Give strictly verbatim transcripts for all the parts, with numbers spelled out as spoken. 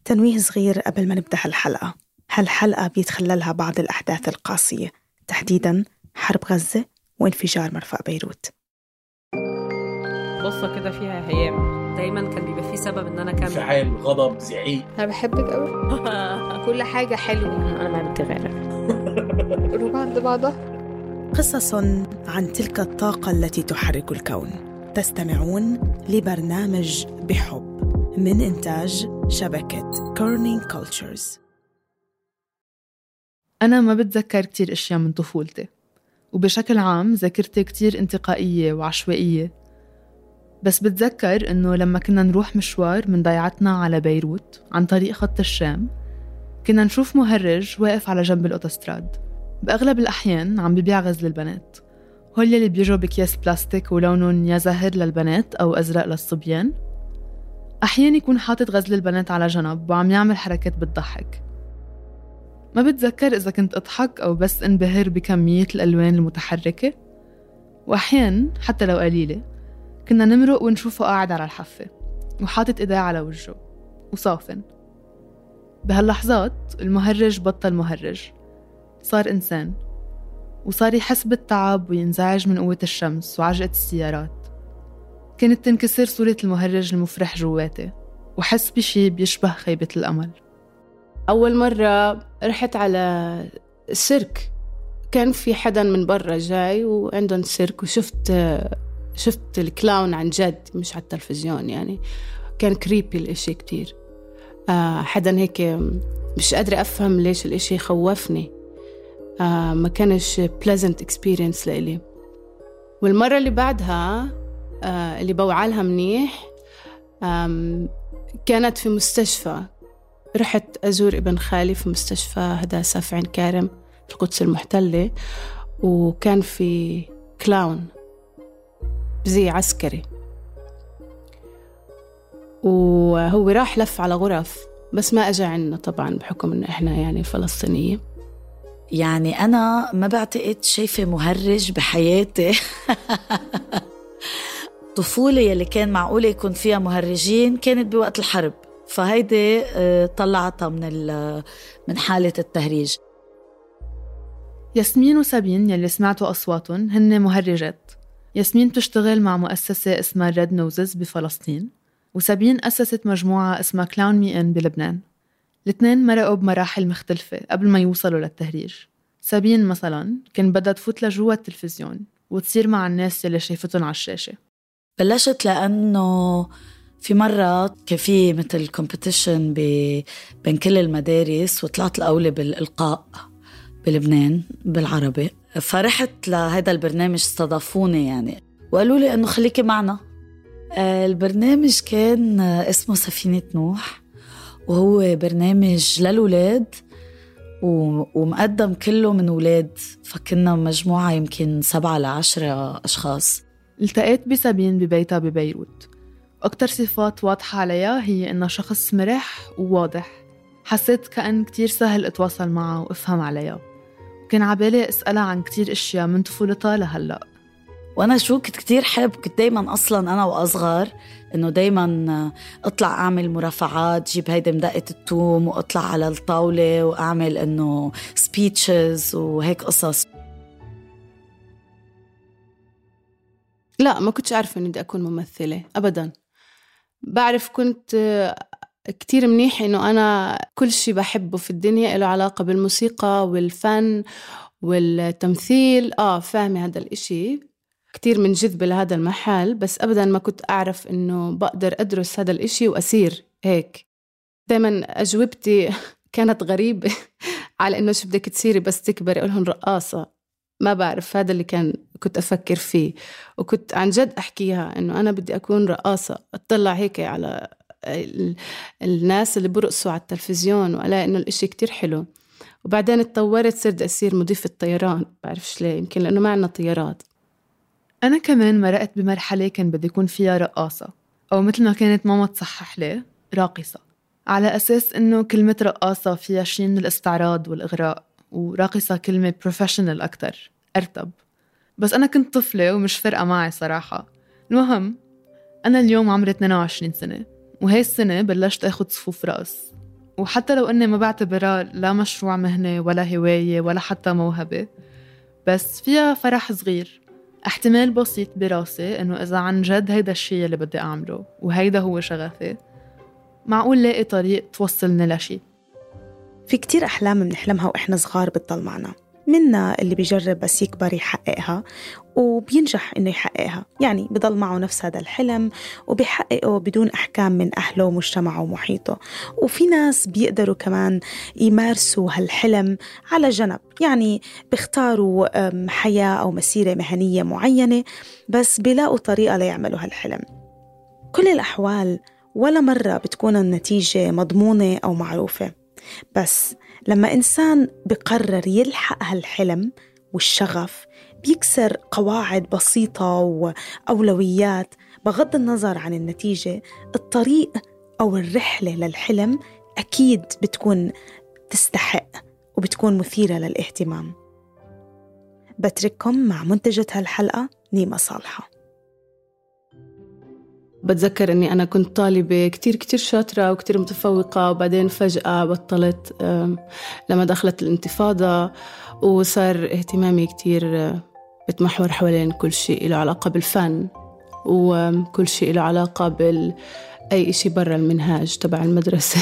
تنويه صغير قبل ما نبدأ هالحلقة. هالحلقة بيتخللها بعض الأحداث القاسية، تحديداً حرب غزة وانفجار مرفأ بيروت. قصة كده فيها هيام، دايما كان بيبقى فيه سبب ان انا كمل. انفعال، غضب، زعيق. انا بحبك قوي. كل حاجة حلوة. انا ما بدي غيرك. روح عند بعضها. قصص عن تلك الطاقة التي تحرك الكون. تستمعون لبرنامج بحب من إنتاج شبكة كورنينج كولتشرز. أنا ما بتذكر كتير أشياء من طفولتي، وبشكل عام ذاكرتي كتير انتقائية وعشوائية. بس بتذكر إنه لما كنا نروح مشوار من ضيعتنا على بيروت عن طريق خط الشام، كنا نشوف مهرج واقف على جنب الأوتوستراد، بأغلب الأحيان عم ببيع غزل البنات، هول اللي بيجوا بكياس بلاستيك ولونهم يا زاهر للبنات أو أزرق للصبيان. أحيان يكون حاطط غزل البنات على جنب وعم يعمل حركات بتضحك. ما بتذكر إذا كنت أضحك أو بس انبهر بكمية الألوان المتحركة. وأحيان حتى لو قليلة كنا نمرق ونشوفه قاعد على الحافة وحاطط إيديه على وجهه وصافن. بهاللحظات المهرج بطل مهرج، صار إنسان، وصار يحس بالتعب وينزعج من قوة الشمس وعجقة السيارات. كانت تنكسر صورة المهرج المفرح جواتي وحس بشي بيشبه خيبة الأمل. أول مرة رحت على السيرك، كان في حدا من برا جاي وعندهم سيرك، وشفت شفت الكلاون عن جد مش على التلفزيون. يعني كان كريبي الاشي كتير. آه حدا هيك مش قادرة أفهم ليش الاشي خوفني. آه ما كانش pleasant experience لإلي. والمرة اللي بعدها آه اللي بوعالها منيح كانت في مستشفى. رحت أزور ابن خالي في مستشفى هداسة في عين كارم في القدس المحتلة، وكان في كلاون زي عسكري، وهو راح لف على غرف بس ما أجا عنا طبعا بحكم إن إحنا يعني فلسطينية. يعني أنا ما بعتقد شايفة مهرج بحياتي. طفولة يلي كان معقولة يكون فيها مهرجين كانت بوقت الحرب، فهيدي طلعتها من من حالة التهريج. ياسمين وسابين يلي سمعتوا أصواتهم هن مهرجات. ياسمين بتشتغل مع مؤسسة اسمها ريد نوزز بفلسطين، وسابين أسست مجموعة اسمها كلاون مي إن بلبنان. الاثنين مرقوا بمراحل مختلفة قبل ما يوصلوا للتهريج. سابين مثلاً كان بدها تفوت لجوه التلفزيون وتصير مع الناس يلي شايفتهم على الشاشة. بلشت لأنه في مرة كان في مثل كومبيتيشن بين كل المدارس، وطلعت الأولى بالإلقاء بلبنان بالعربي، فرحت لهذا البرنامج، استضافوني يعني وقالوا لي أنه خليكي معنا. البرنامج كان اسمه سفينة نوح، وهو برنامج للولاد ومقدم كله من ولاد، فكنا مجموعة يمكن سبعة لعشرة أشخاص. التقيت بسابين ببيتها ببيروت. أكتر صفات واضحة عليها هي إنه شخص مرح وواضح. حسيت كأن كتير سهل أتواصل معه وأفهم عليها، وكان عبالي أسألها عن كتير أشياء من طفولتها لهلأ. وأنا شو كنت كتير حب، كنت دايما أصلا أنا وأصغر إنه دايما أطلع أعمل مرافعات، جيب هيدا مدقة التوم وأطلع على الطاولة وأعمل إنه سبيتشز وهيك قصص. لا، ما كنتش أعرف إني بدي أكون ممثلة أبدا. بعرف كنت كتير منيح إنه أنا كل شيء بحبه في الدنيا له علاقة بالموسيقى والفن والتمثيل. آه فاهمة هذا الإشي كتير من جذبة لهذا المحل، بس أبدا ما كنت أعرف إنه بقدر أدرس هذا الإشي وأسير هيك. دايما أجوبتي كانت غريبة على إنه شو بدك تصيري بس تكبري، أقولهم رقاصة. ما بعرف، هذا اللي كان كنت أفكر فيه، وكنت عن جد أحكيها إنه أنا بدي أكون رقاصة. أطلع هيك على الناس اللي برقصوا على التلفزيون وألاقي إنه الإشي كتير حلو. وبعدين اتطورت صرت أصير مضيفة طيران، بعرفش ليه، يمكن لأنه معنا طيارات. أنا كمان مرقت بمرحلة كان بدي يكون فيها رقاصة، أو مثل ما كانت ماما تصحح لي راقصة، على أساس إنه كلمة رقاصة فيها شيء من الاستعراض والإغراء، وراقصة كلمة بروفيشنال أكتر أرتب. بس أنا كنت طفلة ومش فرقة معي صراحة. المهم، أنا اليوم عمري اثنين وعشرين سنة، وهي السنة بلشت أخد صفوف رقص. وحتى لو أني ما بعتبرها لا مشروع مهنة ولا هواية ولا حتى موهبة، بس فيها فرح صغير، احتمال بسيط براسي إنه إذا عن جد هيدا الشيء اللي بدي أعمله وهيدا هو شغفي، معقول لاقي طريق توصلني لشي. في كتير أحلام بنحلمها وإحنا صغار بتضل معنا، منا اللي بيجرب بس يكبر يحققها وبينجح إنه يحققها، يعني بضل معه نفس هذا الحلم وبيحققه بدون أحكام من أهله ومجتمعه ومحيطه. وفي ناس بيقدروا كمان يمارسوا هالحلم على جنب، يعني بيختاروا حياة أو مسيرة مهنية معينة بس بيلاقوا طريقة ليعملوا هالحلم. كل الأحوال ولا مرة بتكون النتيجة مضمونة أو معروفة، بس لما إنسان بقرر يلحق هالحلم والشغف بيكسر قواعد بسيطة وأولويات بغض النظر عن النتيجة، الطريق أو الرحلة للحلم أكيد بتكون تستحق وبتكون مثيرة للاهتمام. بترككم مع منتجة هالحلقة نيمة صالحة. بتذكر أني أنا كنت طالبة كتير كتير شاطرة وكتير متفوقة، وبعدين فجأة بطلت لما دخلت الانتفاضة، وصار اهتمامي كتير بتمحور حوالين كل شيء له علاقة بالفن وكل شيء له علاقة بأي شيء برا المنهاج تبع المدرسة.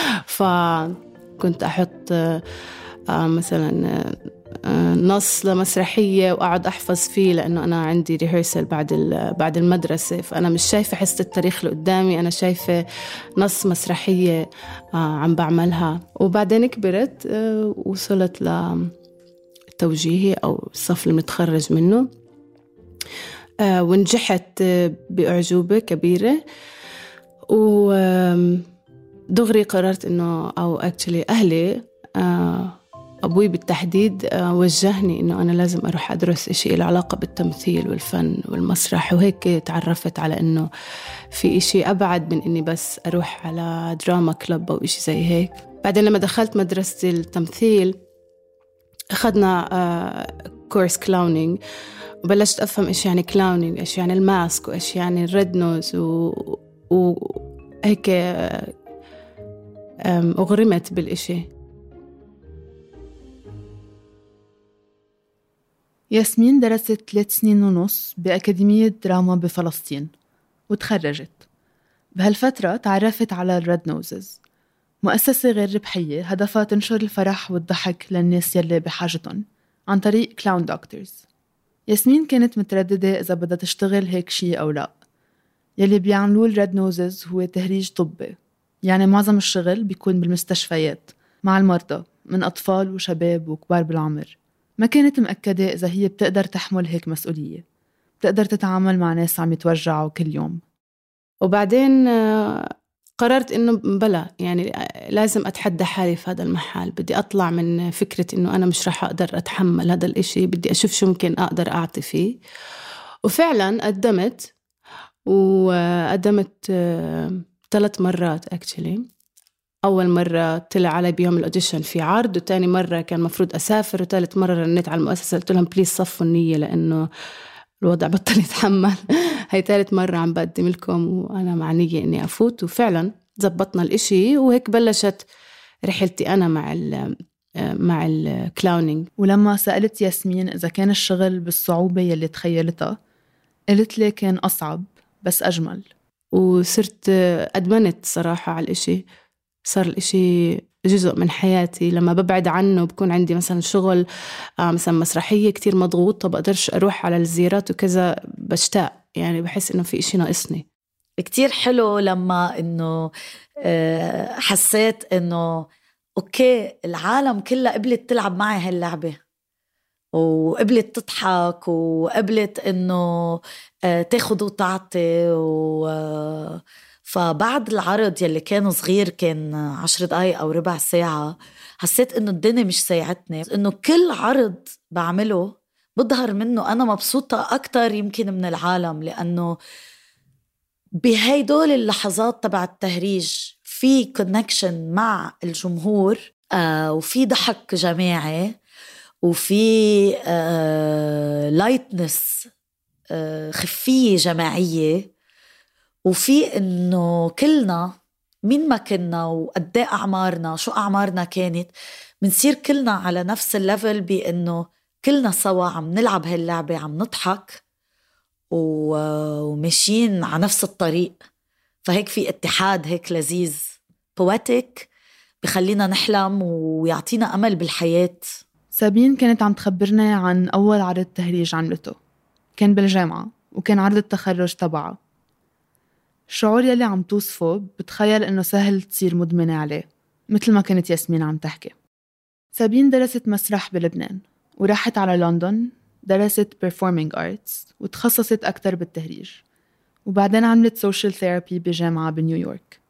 فكنت أحط مثلا نص لمسرحية وأقعد أحفظ فيه، لأنه أنا عندي ريهرسل بعد بعد المدرسة، فأنا مش شايفة حصة التاريخ اللي قدامي، أنا شايفة نص مسرحية عم بعملها. وبعدين كبرت وصلت لتوجيهي أو الصف اللي متخرج منه، ونجحت بأعجوبة كبيرة، ودغري قررت إنه أو actually أهلي أبوي بالتحديد وجهني إنه أنا لازم أروح أدرس إشي له علاقة بالتمثيل والفن والمسرح، وهيك تعرفت على إنه في إشي أبعد من إني بس أروح على دراما كلب أو إشي زي هيك. بعدين لما دخلت مدرسة التمثيل أخذنا كورس كلاونينج، وبلشت أفهم إيش يعني كلاونينج، إيش يعني الماسك، وإيش يعني الريد نوز، وهيك أغرمت بالإشي. ياسمين درست ثلاث سنين ونص بأكاديمية دراما بفلسطين وتخرجت. بهالفترة تعرفت على الريد نوزز، مؤسسة غير ربحية هدفها تنشر الفرح والضحك للناس يلي بحاجتهم عن طريق كلاون دكتورز. ياسمين كانت مترددة إذا بدها تشتغل هيك شي أو لا. يلي بيعملوه الريد نوزز هو تهريج طبي، يعني معظم الشغل بيكون بالمستشفيات مع المرضى من أطفال وشباب وكبار بالعمر. ما كانت مأكدة إذا هي بتقدر تحمل هيك مسؤولية، بتقدر تتعامل مع ناس عم يتوجعوا كل يوم. وبعدين قررت إنه بلا، يعني لازم أتحدى حالي في هذا المحل، بدي أطلع من فكرة إنه أنا مش راح أقدر أتحمل هذا الإشي، بدي أشوف شو ممكن أقدر أعطي فيه. وفعلا قدمت وقدمت ثلاث مرات actually. أول مرة طلع علي بيوم الأوديشن في عرض، وتاني مرة كان مفروض أسافر، وثالث مرة رنيت على المؤسسة قلت لهم بليز صفوا النية لأنه الوضع بطل يتحمل. هاي ثالث مرة عم بقدم لكم وأنا معنية إني أفوت. وفعلا زبطنا الإشي، وهيك بلشت رحلتي أنا مع ال مع الكلاونينج. ولما سألت ياسمين إذا كان الشغل بالصعوبة يلي تخيلتها، قلت لي كان أصعب بس أجمل. وصرت أدمنت صراحة على الإشي، صار الإشي جزء من حياتي. لما ببعد عنه بكون عندي مثلا شغل آه مثلا مسرحية كتير مضغوطة، بقدرش أروح على الزيارات وكذا، بشتاق، يعني بحس إنه في إشي ناقصني. كتير حلو لما إنه حسيت إنه أوكي العالم كلها قبلت تلعب معي هاللعبة، وقبلت تضحك، وقبلت إنه تاخد وتعطي. و فبعد العرض يلي كان صغير، كان عشر دقايق أو ربع ساعة، حسيت إنه الدنيا مش ساعتني، إنه كل عرض بعمله بظهر منه أنا مبسوطة أكتر يمكن من العالم، لأنه بهاي دول اللحظات تبع التهريج في كونكشن مع الجمهور، آه وفي ضحك جماعي، وفي آه لايتنس، آه خفية جماعية، وفي إنه كلنا مين ما كنا وقدي أعمارنا شو أعمارنا كانت، منصير كلنا على نفس الليفل بأنه كلنا سوا عم نلعب هاللعبة، عم نضحك وماشيين على نفس الطريق. فهيك في اتحاد هيك لذيذ بواتيك بخلينا نحلم ويعطينا أمل بالحياة. سابين كانت عم تخبرنا عن أول عرض تهريج عملته، كان بالجامعة وكان عرض التخرج تبعها. الشعور يلي عم توصفه بتخيل إنه سهل تصير مدمنة عليه، مثل ما كانت ياسمين عم تحكي. سابين درست مسرح بلبنان وراحت على لندن، درست performing arts وتخصصت أكتر بالتهريج، وبعدين عملت social therapy بجامعة بنيويورك.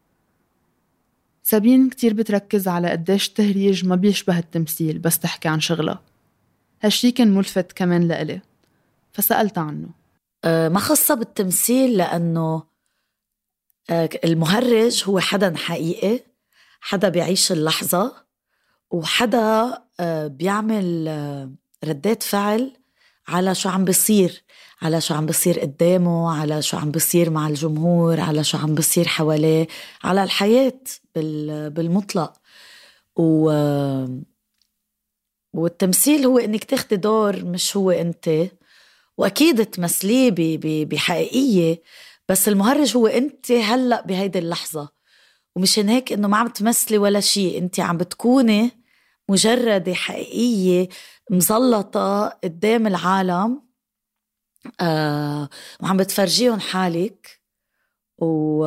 سابين كتير بتركز على قديش التهريج ما بيشبه التمثيل بس تحكي عن شغلها. هالشي كان ملفت كمان لإلي، فسألت عنه. أه ما خصة بالتمثيل، لأنه أه المهرج هو حدا حقيقي، حدا بيعيش اللحظة، وحدا أه بيعمل أه ردات فعل على شو عم بيصير، على شو عم بيصير قدامه، على شو عم بيصير مع الجمهور، على شو عم بيصير حواليه، على الحياة بالمطلق. و... والتمثيل هو انك تاخدي دور، مش هو انت. واكيد تمثليه بحقيقية، بس المهرج هو انت هلأ بهيدي اللحظة. ومشان هيك انه ما عم تمثلي ولا شيء، انت عم بتكوني مجردة حقيقية مزلطة قدام العالم، آه وعم بتفرجيهم حالك و...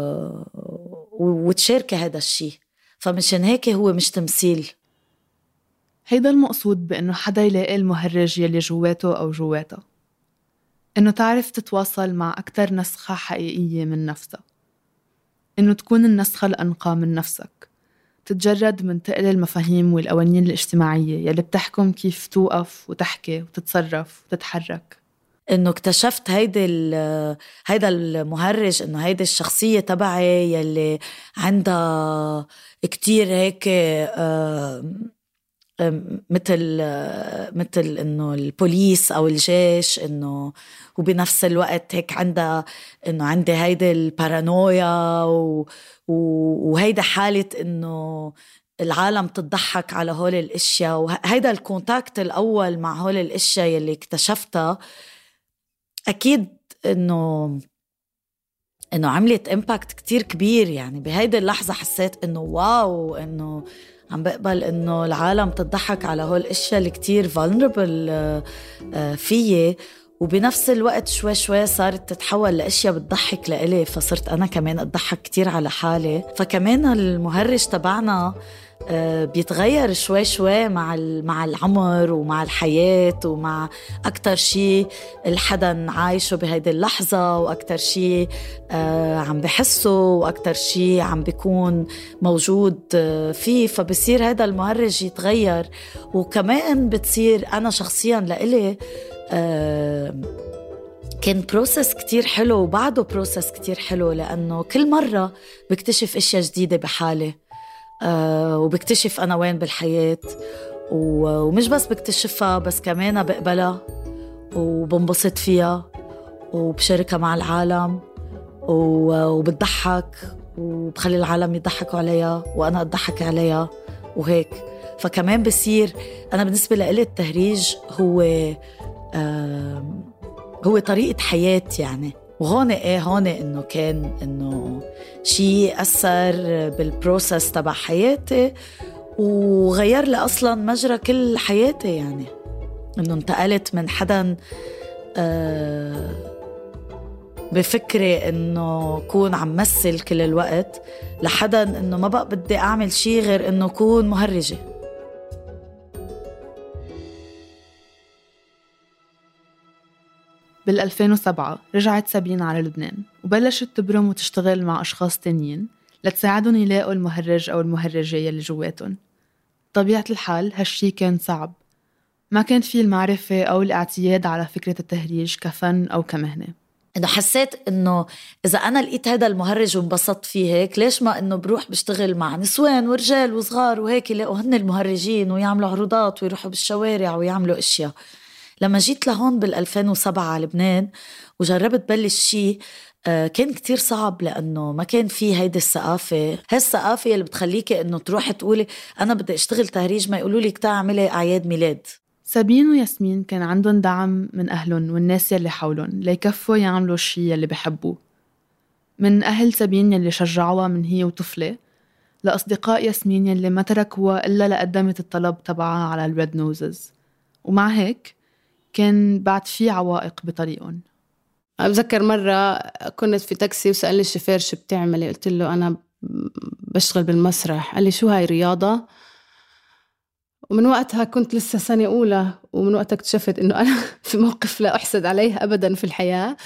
وتشاركي هذا الشيء. فمشان هيك هو مش تمثيل. هيدا المقصود بأنه حدا يلاقي المهرج يلي جواته أو جواتها، إنه تعرف تتواصل مع أكتر نسخة حقيقية من نفسها، إنه تكون النسخة الأنقى من نفسك، تتجرد من تقل المفاهيم والقوانين الاجتماعية يلي بتحكم كيف توقف وتحكي وتتصرف وتتحرك. إنه اكتشفت هيدا هيدا المهرج، إنه هيدا الشخصية تبعي يلي عندها كتير هيك آه مثل مثل إنه البوليس أو الجيش، إنه وبنفس الوقت هيك عندها إنه عندي هيدا البارانويا و وهيدا حالة إنه العالم تضحك على هول الاشياء. وهيدا الكونتاكت الاول مع هول الاشياء يلي اكتشفتها اكيد انه انه عملت امباكت كتير كبير. يعني بهيدي اللحظة حسيت انه واو، انه عم بقبل انه العالم تضحك على هول الاشياء اللي كتير vulnerable فيي، وبنفس الوقت شوي شوي صارت تتحول لأشياء بتضحك لإلي، فصرت أنا كمان أضحك كتير على حالي. فكمان المهرج تبعنا بيتغير شوي شوي مع مع العمر ومع الحياة، ومع أكتر شيء الحدا عايشه بهيدي اللحظة، وأكتر شيء عم بحسه، وأكتر شيء عم بيكون موجود فيه. فبصير هيدا المهرج يتغير. وكمان بتصير أنا شخصيا لإلي آه كان بروسس كتير حلو، وبعده بروسس كتير حلو، لأنه كل مرة بكتشف إشياء جديدة بحالي، آه وبكتشف أنا وين بالحياة، ومش بس بكتشفها بس كمان بقبلها وبنبسط فيها وبشاركها مع العالم، وبتضحك وبخلي العالم يضحكوا عليها وأنا أضحك عليها وهيك. فكمان بصير أنا بالنسبة لي التهريج هو آه هو طريقة حياة يعني. وهون ايه هون انه كان انه شيء أثر بالبروسس تبع حياتي وغير لي أصلا مجرى كل حياتي. يعني انه انتقلت من حدا آه بفكري انه كون عم مثل كل الوقت لحدا انه ما بقى بدي اعمل شيء غير انه كون مهرجة. بالألفين وسبعة رجعت سابين على لبنان وبلشت تبرم وتشتغل مع أشخاص تانيين لتساعدهم يلاقوا المهرج أو المهرجة يلي جواتهم. طبيعة الحال هالشي كان صعب، ما كان فيه المعرفة أو الاعتياد على فكرة التهريج كفن أو كمهنة. إنه حسيت إنه إذا أنا لقيت هذا المهرج وانبسطت فيه هيك، ليش ما إنه بروح بشتغل مع نسوان ورجال وصغار وهيك يلاقوا هن المهرجين ويعملوا عروضات ويروحوا بالشوارع ويعملوا إشياء. لما جيت لهون بالألفين وسبعة على لبنان وجربت بلش شيء آه كان كتير صعب لأنه ما كان في هيدي الثقافة. هالثقافة اللي بتخليكي إنه تروحي تقولي أنا بدي أشتغل تهريج ما يقولوا لك تعملي أعياد ميلاد. سابين وياسمين كان عندهم دعم من أهلهم والناس يلي حولهم ليكفوا يعملوا الشيء يلي بحبوه. من أهل سابين يلي شجعوها من هي وطفلة، لأصدقاء ياسمين يلي ما تركوها إلا لقدمت الطلب تبعها على الريد نوزز، ومع هيك كان بعد في عوائق بطريقهم. أتذكر مرة كنت في تاكسي وسألني الشوفير شو بتعملي، قلت له أنا بشتغل بالمسرح. قال لي شو هاي رياضة؟ ومن وقتها كنت لسه سنة أولى، ومن وقتها اكتشفت إنه أنا في موقف لا أحسد عليه أبدا في الحياة.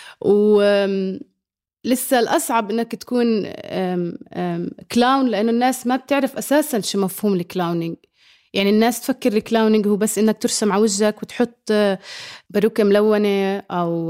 ولسه الأصعب إنك تكون أم أم كلاون، لأنه الناس ما بتعرف أساسا شو مفهوم الكلاونينج. يعني الناس تفكر الكلاونينج هو بس إنك ترسم على وجهك وتحط باروكة ملونة أو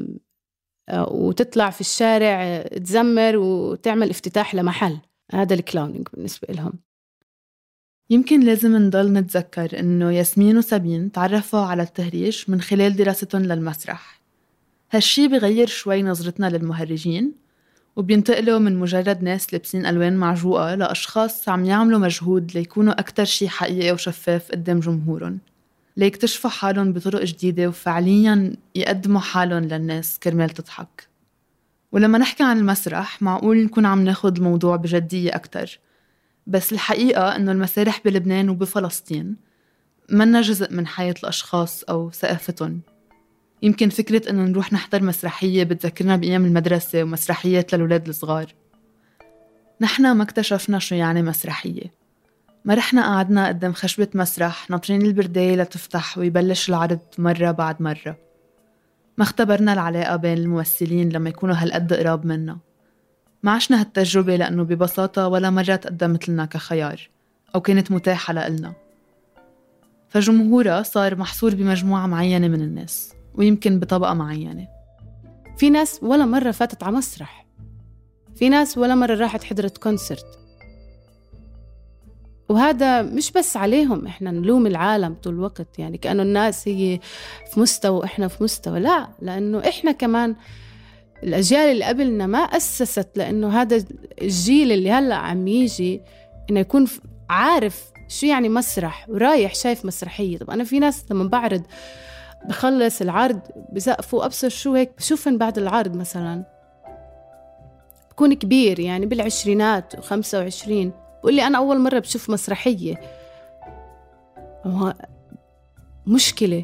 وتطلع في الشارع تزمر وتعمل افتتاح لمحل. هذا الكلاونينج بالنسبة لهم. يمكن لازم نضل نتذكر إنه ياسمين وسابين تعرفوا على التهريج من خلال دراستهم للمسرح. هالشي بغير شوي نظرتنا للمهرجين، وبينتقلوا من مجرد ناس لابسين ألوان معجوقة لأشخاص عم يعملوا مجهود ليكونوا أكتر شي حقيقي وشفاف قدام جمهورهم، ليكتشفوا حالهم بطرق جديدة وفعلياً يقدموا حالهم للناس كرمال تضحك. ولما نحكي عن المسرح معقول نكون عم ناخد الموضوع بجدية أكتر، بس الحقيقة إنه المسارح بلبنان وبفلسطين منا جزء من حياة الأشخاص أو ثقافتهم. يمكن فكرة إنه نروح نحضر مسرحية بتذكرنا بأيام المدرسة ومسرحيات للولاد الصغار. نحنا ما اكتشفنا شو يعني مسرحية، ما رحنا قعدنا قدام خشبة مسرح ناطرين البرداية لتفتح ويبلش العرض مرة بعد مرة. ما اختبرنا العلاقة بين الممثلين لما يكونوا هالقد قراب منا. ما عشنا هالتجربة لأنه ببساطة ولا مرة تقدمت لنا كخيار أو كانت متاحة لنا. فجمهورها صار محصور بمجموعة معينة من الناس، ويمكن بطبقة معينة. في ناس ولا مرة فاتت على مسرح، في ناس ولا مرة راحت حضرت كونسرت. وهذا مش بس عليهم، إحنا نلوم العالم طول الوقت، يعني كأنه الناس هي في مستوى وإحنا في مستوى. لا، لأنه إحنا كمان الأجيال اللي قبلنا ما أسست، لأنه هذا الجيل اللي هلأ عم يجي إنه يكون عارف شو يعني مسرح ورايح شايف مسرحية. طب أنا في ناس لما بعرض بخلص العرض بزقفوا أبصر شو هيك، بشوفن بعد العرض مثلا بكون كبير يعني بالعشرينات وخمسة وعشرين، بقول لي أنا أول مرة بشوف مسرحية. مشكلة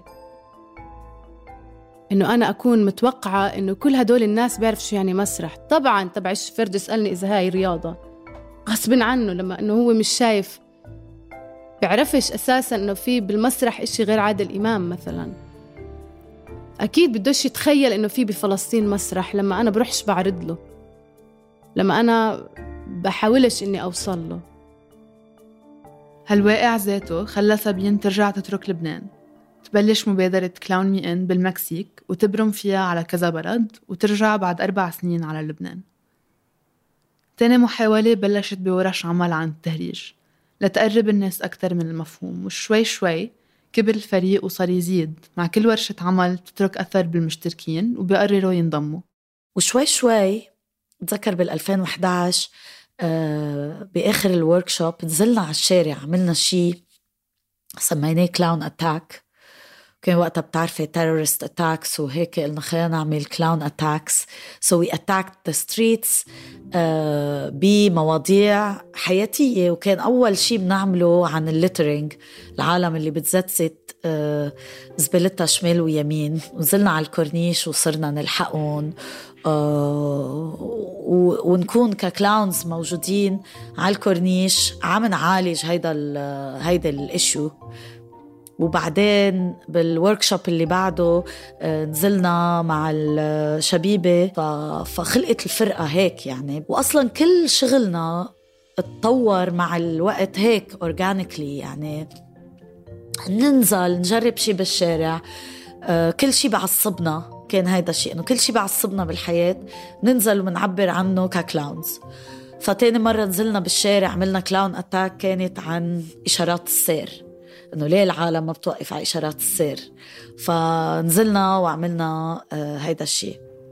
إنه أنا أكون متوقعة إنه كل هدول الناس بيعرف شو يعني مسرح. طبعاً تبع الشفرد يسألني إذا هاي رياضة غصب عنه، لما إنه هو مش شايف، بيعرفش أساساً إنه في بالمسرح إشي غير عادل إمام مثلاً. أكيد بدوش يتخيل إنه في بفلسطين مسرح لما أنا بروحش بعرض له، لما أنا بحاولش إني أوصل له. هالواقع ذاته خلى سابين ترجع تترك لبنان، تبلش مبادرة كلاون مي إن بالمكسيك وتبرم فيها على كذا بلد، وترجع بعد أربع سنين على لبنان. تاني محاولة بلشت بورش عمل عن التهريج لتقرب الناس أكتر من المفهوم، وشوي شوي كبر الفريق وصار يزيد. مع كل ورشة عمل تترك أثر بالمشتركين وبيقرروا ينضموا. وشوي شوي أتذكر بالألفين وإحدى عشر آه بآخر الوركشوب نزلنا على الشارع، عملنا شي سميناه كلاون أتاك. كان وقتها بتعرفي terrorist attacks وهيك، قلنا خلينا نعمل clown attacks. so we attacked the streets uh, بمواضيع حياتية. وكان أول شي بنعمله عن الليترينج، العالم اللي بتزتزت uh, زبالتها شمال ويمين. ونزلنا على الكورنيش وصرنا نلحقهم uh, ونكون ككلاونز موجودين على الكورنيش عم نعالج هيدا هيدا الاشيو. وبعدين بالوركشوب اللي بعده نزلنا مع الشبيبة، فخلقت الفرقة هيك يعني. وأصلا كل شغلنا اتطور مع الوقت هيك أورجانيكلي، يعني ننزل نجرب شي بالشارع، كل شي بعصبنا. كان هيدا الشيء إنه كل شي بعصبنا بالحياة ننزل ومنعبر عنه ككلاونز. فتاني مرة نزلنا بالشارع عملنا كلاون أتاك، كانت عن إشارات السير، إنه ليه العالم ما بتوقف على إشارات السير. فنزلنا وعملنا هيدا الشيء.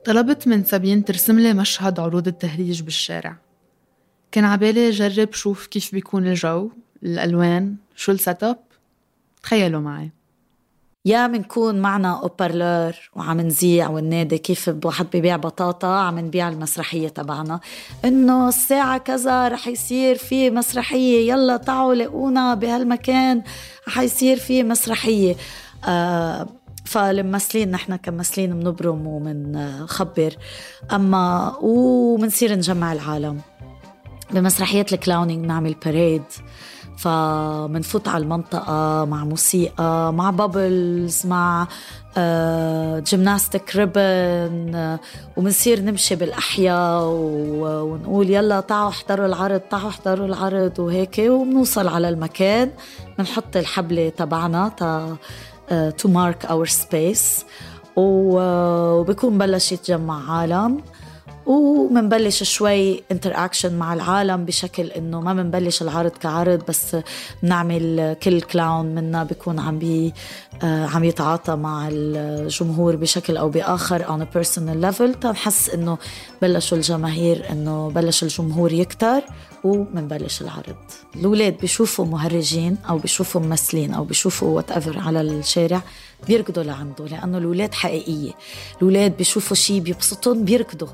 طلبت من سابين ترسم لي مشهد عروض التهريج بالشارع. كان عبالي جرب شوف كيف بيكون الجو، الألوان، شو السيت اب. تخيلوا معي، يا منكون معنا أوبرلور وعم نزيع والنادي كيف واحد بيبيع بطاطا عم نبيع المسرحية تبعنا، إنه الساعة كذا رح يصير في مسرحية، يلا تعالوا لقونا بهالمكان رح يصير في مسرحية. آه فالممثلين نحن كممثلين منبرم ومنخبر، أما ومنصير نجمع العالم. بمسرحية الكلاونينج نعمل باريد، فمنفوت على المنطقة مع موسيقى، مع بابلز، مع آه جيمناستيك ريبن، آه ومنصير نمشي بالأحياء ونقول يلا تعالوا احضروا العرض، تعالوا احضروا العرض وهيك. وبنوصل على المكان بنحط الحبلة تبعنا تا uh, to mark our space، وبيكون بلش يتجمع عالم، ومنبلش شوي انتراكشن مع العالم بشكل انه ما منبلش العرض كعرض بس، نعمل كل كلاون منا بيكون عم بي آه عم يتعاطى مع الجمهور بشكل او باخر on a personal level، تنحس انه بلشوا الجماهير، انه بلش الجمهور يكتر ومنبلش العرض. الأولاد بيشوفوا مهرجين او بيشوفوا ممثلين او بيشوفوا whatever على الشارع بيركضوا لعنده، لانه الأولاد حقيقية، الأولاد بيشوفوا شيء بيبسطون بيركضوا.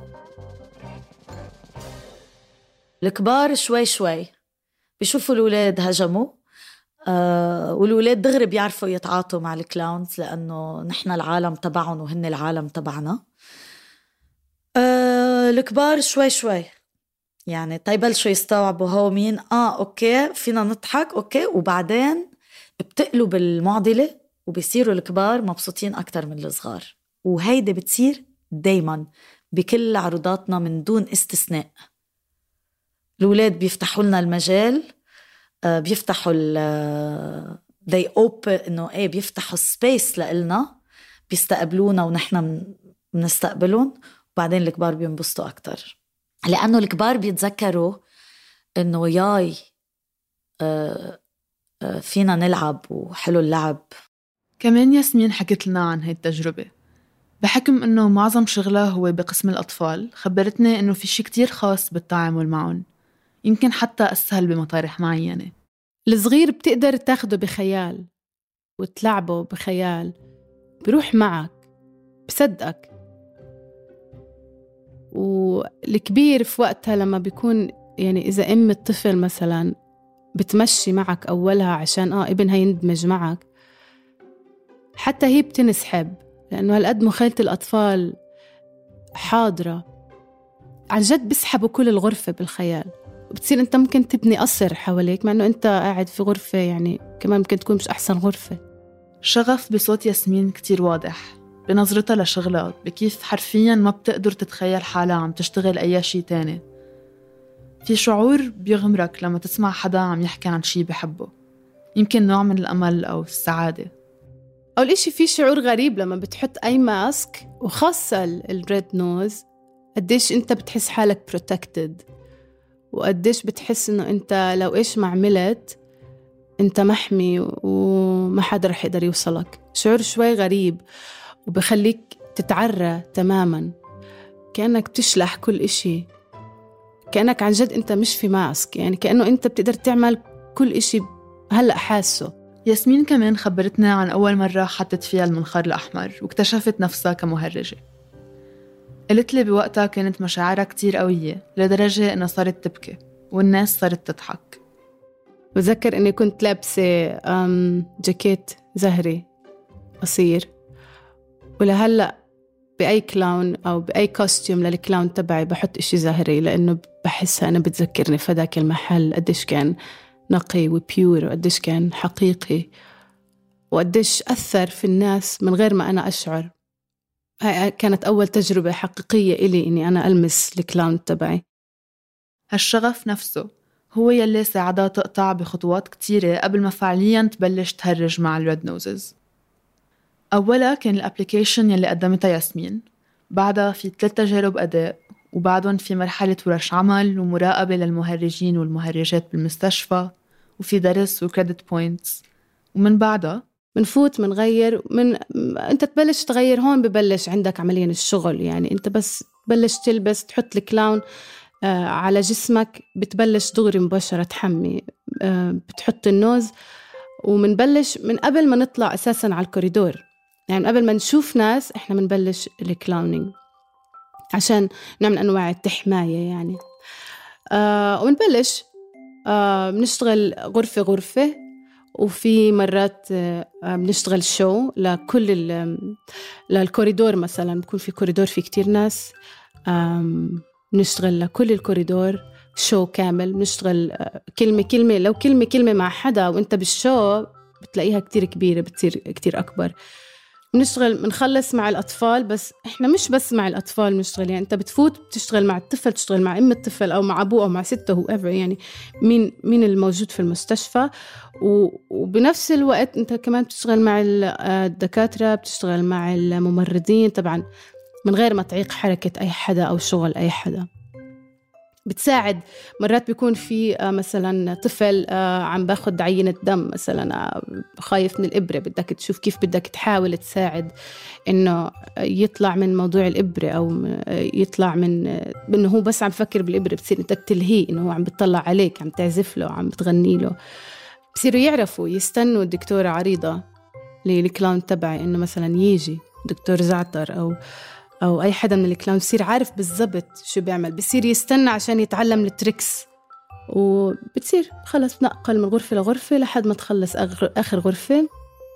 الكبار شوي شوي بيشوفوا الأولاد هجموا، آه والأولاد دغري بيعرفوا يتعاطوا مع الكلاونز، لأنه نحن العالم تبعهم وهن العالم تبعنا. آه الكبار شوي شوي يعني تيبلشوا يستوعبوا هو مين، آه أوكي فينا نضحك أوكي، وبعدين بتقلوا بالمعضلة وبيصيروا الكبار مبسوطين أكتر من الصغار. وهيدا بتصير دايما بكل عروضاتنا من دون استثناء. الأولاد بيفتحوا لنا المجال، آه بيفتحوا ال they open إنه إيه بيفتحوا space لإلنا، بيستقبلونا ونحن بنستقبلون، وبعدين الكبار بينبسطوا أكتر، لأنه الكبار بيتذكروا إنه ياي آه آه فينا نلعب وحلو اللعب. كمان ياسمين حكت لنا عن هاي التجربة. بحكم إنه معظم شغلها هو بقسم الأطفال، خبرتني إنه في شي كتير خاص بالتعامل معهم، يمكن حتى أسهل بمطارح معينة. الصغير بتقدر تاخده بخيال وتلعبه بخيال، بروح معك بصدقك. والكبير في وقتها لما بيكون يعني إذا أم الطفل مثلا بتمشي معك أولها عشان آه ابنها يندمج معك، حتى هي بتنسحب، لأنه هالقد مخيلة الأطفال حاضرة عن جد، بيسحبوا كل الغرفة بالخيال، وبتصير أنت ممكن تبني قصر حواليك مع أنه أنت قاعد في غرفة يعني كمان ممكن تكون مش أحسن غرفة. شغف بصوت ياسمين كتير واضح، بنظرتها لشغلها، بكيف حرفياً ما بتقدر تتخيل حالها عم تشتغل أي شيء تاني. في شعور بيغمرك لما تسمع حدا عم يحكي عن شيء بحبه، يمكن نوع من الأمل أو السعادة. أول إشي في شعور غريب لما بتحط أي ماسك، وخاصة الريد نوز، قديش أنت بتحس حالك protected، وقديش بتحس إنه أنت لو إيش ما عملت أنت محمي وما حدا رح يقدر يوصلك. شعور شوي غريب وبخليك تتعرى تماماً، كأنك بتشلح كل إشي، كأنك عن جد أنت مش في ماسك، يعني كأنه أنت بتقدر تعمل كل إشي هلأ حاسه. ياسمين كمان خبرتنا عن أول مرة حطت فيها المنخار الأحمر واكتشفت نفسها كمهرجة. قلت لي بوقتها كانت مشاعرها كتير قوية لدرجة أنها صارت تبكي والناس صارت تضحك. بذكر أني كنت لابسة جاكيت زهري قصير، ولهلأ بأي كلاون أو بأي كوستيوم للكلاون تبعي بحط إشي زهري، لأنه بحسها أنا بتذكرني فداك المحل قديش كان نقي وبيور، وقديش كان حقيقي، وقديش أثر في الناس من غير ما أنا أشعر. هاي كانت أول تجربة حقيقية إلي إني أنا ألمس الكلاون تبعي. هالشغف نفسه هو يلي ساعدها تقطع بخطوات كتيرة قبل ما فعلياً تبلش تهرج مع الريد نوزز. أولا كان الابليكيشن يلي قدمتها ياسمين، بعدها في ثلاث تجارب أداء، وبعدهم في مرحلة ورش عمل ومراقبة للمهرجين والمهرجات بالمستشفى، وفي درس وكريدت بوينتس، ومن بعدها منفوت منغير من أنت تبلش تغير هون، ببلش عندك عمليا الشغل. يعني أنت بس بلش تلبس تحط الكلاون آه على جسمك، بتبلش دغري مباشرة تحمي، آه بتحط النوز، ومنبلش من قبل ما نطلع أساساً على الكوريدور. يعني قبل ما نشوف ناس إحنا منبلش الكلاونينج عشان نعمل أنواع التحماية يعني. آه ومنبلش آه بنشتغل غرفة غرفة، وفي مرات آه بنشتغل شو لكل للكوريدور. مثلا بكون في كوريدور في كتير ناس، آه بنشتغل لكل الكوريدور شو كامل. بنشتغل آه كلمة كلمة، لو كلمة كلمة مع حدا وانت بالشو بتلاقيها كتير كبيرة، بتصير كتير أكبر. بنشتغل بنخلص مع الأطفال، بس إحنا مش بس مع الأطفال بنشتغل. يعني أنت بتفوت بتشتغل مع الطفل، تشتغل مع أم الطفل أو مع أبوه أو مع سته هو ever، يعني مين مين الموجود في المستشفى. وبنفس الوقت أنت كمان بتشتغل مع الدكاترة، بتشتغل مع الممرضين طبعا، من غير ما تعيق حركة أي حدا أو شغل أي حدا. بتساعد. مرات بيكون في مثلا طفل عم باخد عينة دم مثلا، خايف من الإبرة، بدك تشوف كيف بدك تحاول تساعد إنه يطلع من موضوع الإبرة، أو يطلع من إنه هو بس عم فكر بالإبرة، بتصير أنت تلهيه إنه هو عم بتطلع عليك، عم تعزف له، عم بتغني له. بصيروا يعرفوا يستنوا الدكتورة عريضة للكلاون تبعي إنه مثلا يجي دكتور زعتر أو أو أي حدا من الكلاون، بصير عارف بالضبط شو بيعمل، بصير يستنى عشان يتعلم التريكس، وبتصير خلص نقل من غرفة لغرفة لحد ما تخلص آخر غرفة.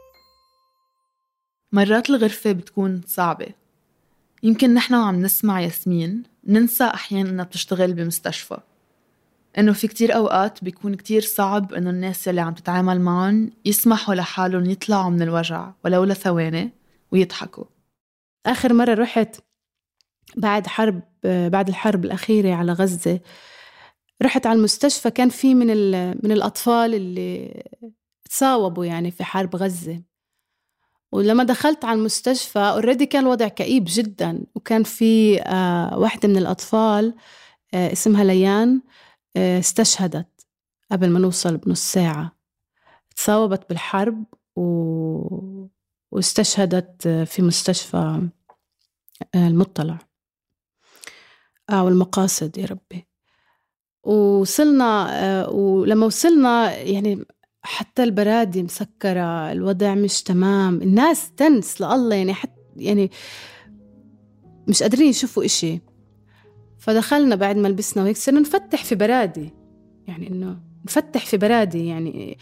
مرات الغرفة بتكون صعبة. يمكن نحن وعم نسمع ياسمين ننسى أحيانا أنها بتشتغل بمستشفى، إنه في كتير أوقات بيكون كتير صعب إنه الناس اللي عم تتعامل معهم يسمحوا لحالهم يطلعوا من الوجع ولو لثواني ويضحكوا. آخر مرة رحت بعد حرب بعد الحرب الأخيرة على غزة، رحت على المستشفى، كان في من من الأطفال اللي تصاوبوا يعني في حرب غزة. ولما دخلت على المستشفى أوريدي كان الوضع كئيب جدا، وكان في آه واحدة من الأطفال آه اسمها ليان آه استشهدت قبل ما نوصل بنص ساعة. تصاوبت بالحرب و... واستشهدت في مستشفى المطلع أو المقاصد يا ربي. وصلنا، ولما وصلنا يعني حتى البرادي مسكرة، الوضع مش تمام، الناس تنس لله يعني، حتى يعني مش قادرين يشوفوا إشي. فدخلنا بعد ما لبسنا وهيك صرنا نفتح في برادي، يعني إنه نفتح في برادي يعني.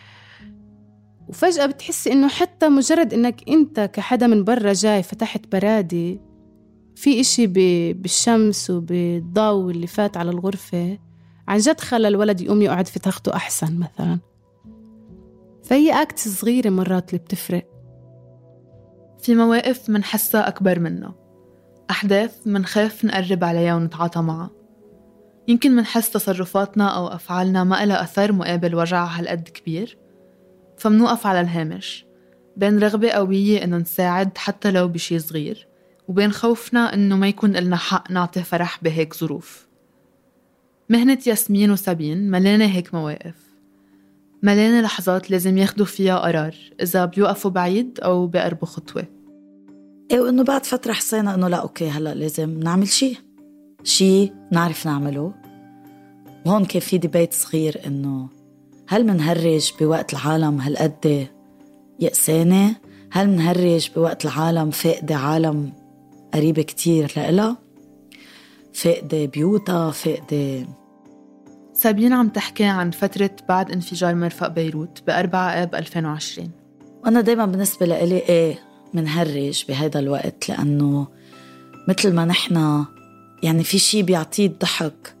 وفجأة بتحس إنه حتى مجرد إنك أنت كحدا من برا جاي فتحت برادي، في إشي بالشمس وبالضوء اللي فات على الغرفة عن جد خلى الولد يقوم يقعد في تخته أحسن مثلا. فهي أكت صغيرة مرات اللي بتفرق. في مواقف منحسها أكبر منا، أحداث منخاف نقرب عليها ونتعاطى معها. يمكن منحس تصرفاتنا أو أفعالنا ما إلها أثر مقابل وجع هالقد كبير، فمنوقف على الهامش بين رغبة قوية إنه نساعد حتى لو بشي صغير، وبين خوفنا إنه ما يكون لنا حق نعطي فرح بهيك ظروف. مهنة ياسمين وسابين ملانة هيك مواقف، ملانة لحظات لازم ياخدوا فيها قرار إذا بيوقفوا بعيد أو بيقربوا خطوة. إيه، وإنه بعد فترة حسينا إنه لا أوكي هلأ لازم نعمل شي شي نعرف نعمله. وهون كان في ديبيت صغير إنه هل منهرج بوقت العالم هالقد يأسانة؟ هل منهرج بوقت العالم فاقدة عالم قريبة كتير لإلها، فاقدة بيوتها، فاقدة. سابين عم تحكي عن فترة بعد انفجار مرفأ بيروت بأربعة آب ألفين وعشرين. وأنا دايما بالنسبة لإلي إيه منهرج بهذا الوقت، لأنه مثل ما نحنا يعني في شي بيعطيه الضحك،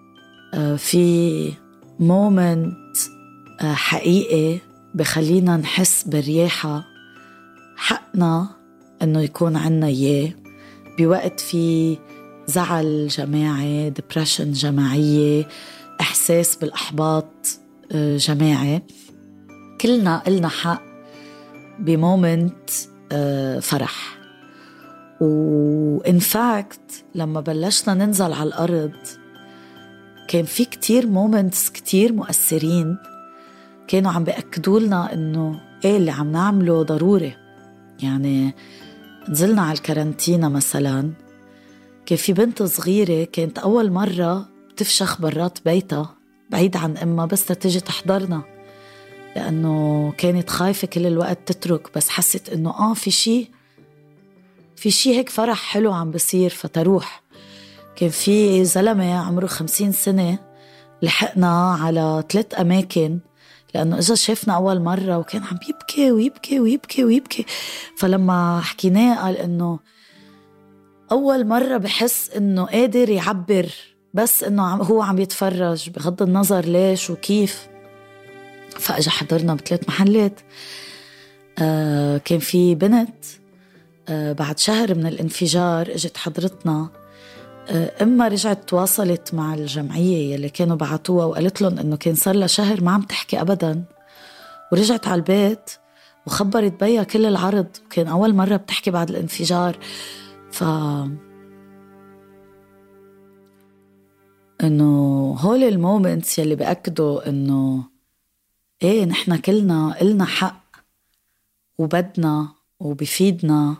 في مومنت حقيقي بخلينا نحس بالرياحة، حقنا إنه يكون عنا إياه بوقت في زعل جماعي، ديبريشن جماعية، إحساس بالإحباط جماعي. كلنا قلنا حق بمومنت فرح. وإن فاكت لما بلشنا ننزل على الأرض كان في كتير مومنتس كتير مؤثرين كانوا عم بيأكدوا لنا إنه إيه اللي عم نعمله ضروري. يعني نزلنا على الكارنتينا مثلا، كان في بنت صغيرة كانت أول مرة بتفشخ برات بيتها بعيد عن أمها بس تجي تحضرنا، لأنه كانت خايفة كل الوقت تترك، بس حست إنه آه في شي في شي هيك فرح حلو عم بصير فتروح. كان في زلمة عمره خمسين سنة لحقنا على ثلاث أماكن لأنه إجا شافنا أول مرة وكان عم يبكي ويبكي ويبكي ويبكي. فلما حكيناه قال إنه أول مرة بحس إنه قادر يعبر، بس إنه هو عم يتفرج بغض النظر ليش وكيف. فأجا حضرنا بثلاث محلات. آه كان في بنت آه بعد شهر من الانفجار اجت حضرتنا. آه إما رجعت تواصلت مع الجمعية اللي كانوا بعتوها وقالت لهم إنه كان صار لها شهر ما عم تحكي أبدا، ورجعت على البيت وخبرت بيها كل العرض، وكان أول مرة بتحكي بعد الانفجار. ف إنه هول المومنتس يلي بأكدوا إنه إيه نحنا كلنا إلنا حق وبدنا وبفيدنا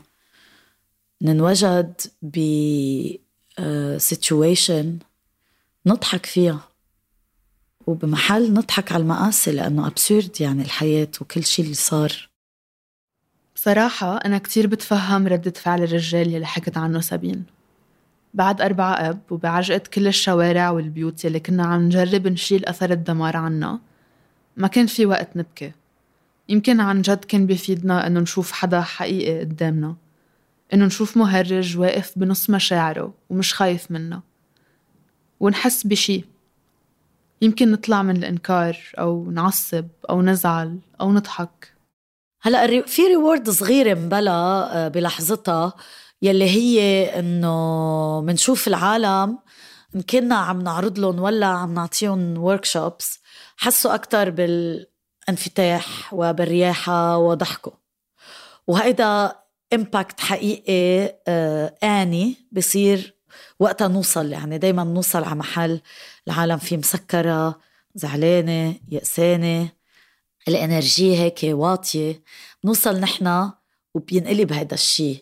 ننوجد ب situation نضحك فيها وبمحل نضحك على المقاسي، لأنه أبسورد يعني الحياة وكل شيء اللي صار. بصراحة أنا كتير بتفهم ردة فعل الرجال يلي حكت عنه سابين. بعد أربعة أب وبعجقة كل الشوارع والبيوت يلي كنا عم نجرب نشيل أثر الدمار عنا، ما كان في وقت نبكي. يمكن عن جد كان بيفيدنا إنه نشوف حدا حقيقي قدامنا، إنه نشوف مهرج واقف بنص مشاعره ومش خايف منا، ونحس بشي. يمكن نطلع من الإنكار أو نعصب أو نزعل أو نضحك. هلأ في ريورد صغيرة مبلا بلحظتها يلي هي إنه منشوف العالم كنا عم نعرض لهم ولا عم نعطيهم workshops حسوا أكتر بالانفتاح وبالرياحة وضحكوا، وهيدا إمباكت حقيقي آه آني بصير وقتها نوصل. يعني دايما نوصل على محل العالم فيه مسكرة، زعلانة، يأسانة، الانرجية هيك واطية، نوصل نحنا وبينقلب هيدا الشي.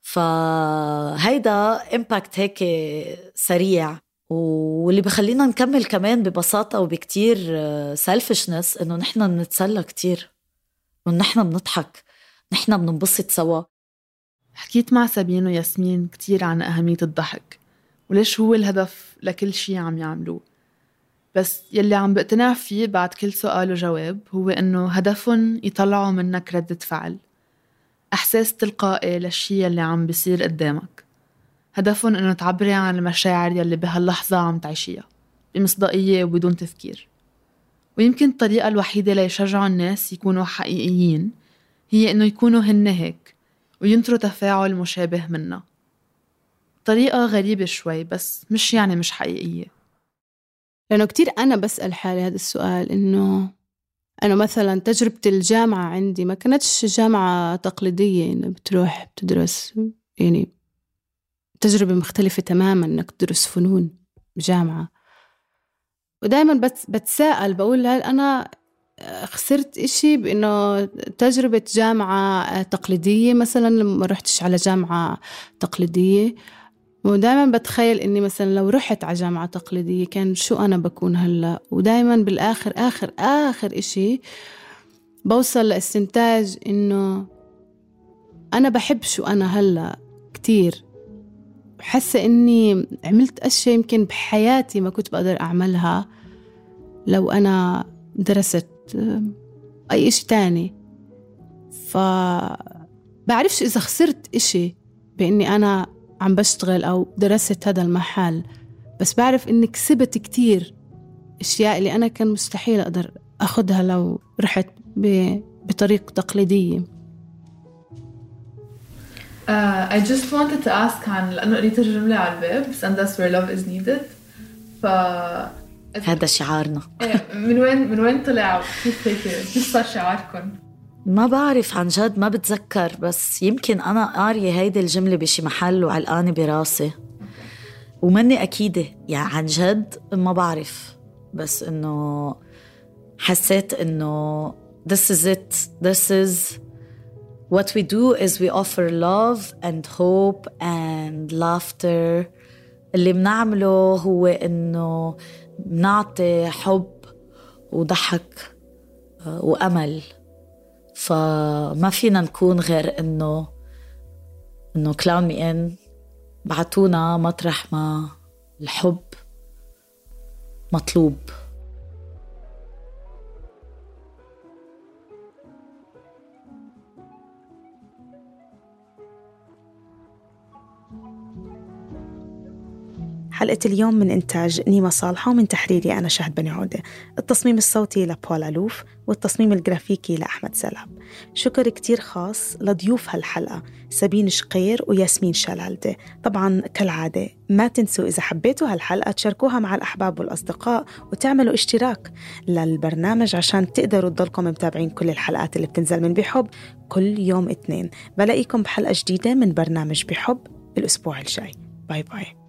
فهيدا إمباكت هيك سريع، واللي بخلينا نكمل كمان ببساطة وبكتير سيلفشنس إنه نحنا بنتسلى كتير ونحنا بنضحك، نحنا بننبسط سوا. حكيت مع سابين وياسمين كتير عن أهمية الضحك وليش هو الهدف لكل شي عم يعملوه، بس يلي عم بقتنع فيه بعد كل سؤال وجواب هو إنه هدفهم يطلعوا منك ردة فعل، إحساس تلقائي للشي يلي عم بيصير قدامك. هدفهم إنه تعبري عن المشاعر يلي بهاللحظة عم تعيشيها بمصداقية وبدون تفكير. ويمكن الطريقة الوحيدة ليشجعوا الناس يكونوا حقيقيين هي إنه يكونوا هن هيك وينطروا تفاعل مشابه منا. طريقة غريبة شوي بس مش يعني مش حقيقية. لأنه كتير أنا بسأل حالي هذا السؤال، إنه أنا مثلا تجربة الجامعة عندي ما كانتش جامعة تقليدية إنه بتروح بتدرس، يعني تجربة مختلفة تماما إنك تدرس فنون بجامعة. ودايما بت بتساءل بقول هل أنا خسرت إشي بإنه تجربة جامعة تقليدية مثلا لما رحتش على جامعة تقليدية. ودايما بتخيل إني مثلا لو رحت على جامعة تقليدية كان شو أنا بكون هلأ. ودايما بالآخر آخر آخر إشي بوصل لاستنتاج إنه أنا بحب شو أنا هلأ كتير، حاسة إني عملت أشياء يمكن بحياتي ما كنت بقدر أعملها لو أنا درست أي إشي تاني. فبعرفش إذا خسرت إشي بإني أنا عم بشتغل أو درست هذا المحل، بس بعرف إني كسبت كتير أشياء اللي أنا كان مستحيل أقدر أخدها لو رحت بطريقة تقليدية. Uh, I just wanted to ask عن لأنه قريت الجملة على الباب and that's where love is needed. ف هذا شعارنا. من وين من وين طلع؟ كيف هيك كيف صار شعاركم؟ ما بعرف عن جد، ما بتذكر، بس يمكن أنا قارية هيدي الجملة بشي محل وعلقانة براسي ومني أكيدة يعني عن جد ما بعرف، بس إنه حسيت إنه this is it. This is what we do is we offer love and hope and laughter. اللي بنعمله هو إنه بنعطي حب وضحك وأمل. فما فينا نكون غير إنه إنه كلاون مي إن بعتونا مطرح ما الحب مطلوب. حلقة اليوم من إنتاج نيمة صالحة ومن تحريري أنا شهد بني عودة. التصميم الصوتي لبول ألوف والتصميم الجرافيكي لأحمد سلاب. شكر كتير خاص لضيوف هالحلقة سابين شقير وياسمين شلالدة. طبعاً كالعادة ما تنسوا إذا حبيتوا هالحلقة تشاركوها مع الأحباب والأصدقاء وتعملوا اشتراك للبرنامج عشان تقدروا تضلكم متابعين كل الحلقات اللي بتنزل من بحب كل يوم اثنين. بلاقيكم بحلقة جديدة من برنامج بحب الأسبوع الجاي. باي باي.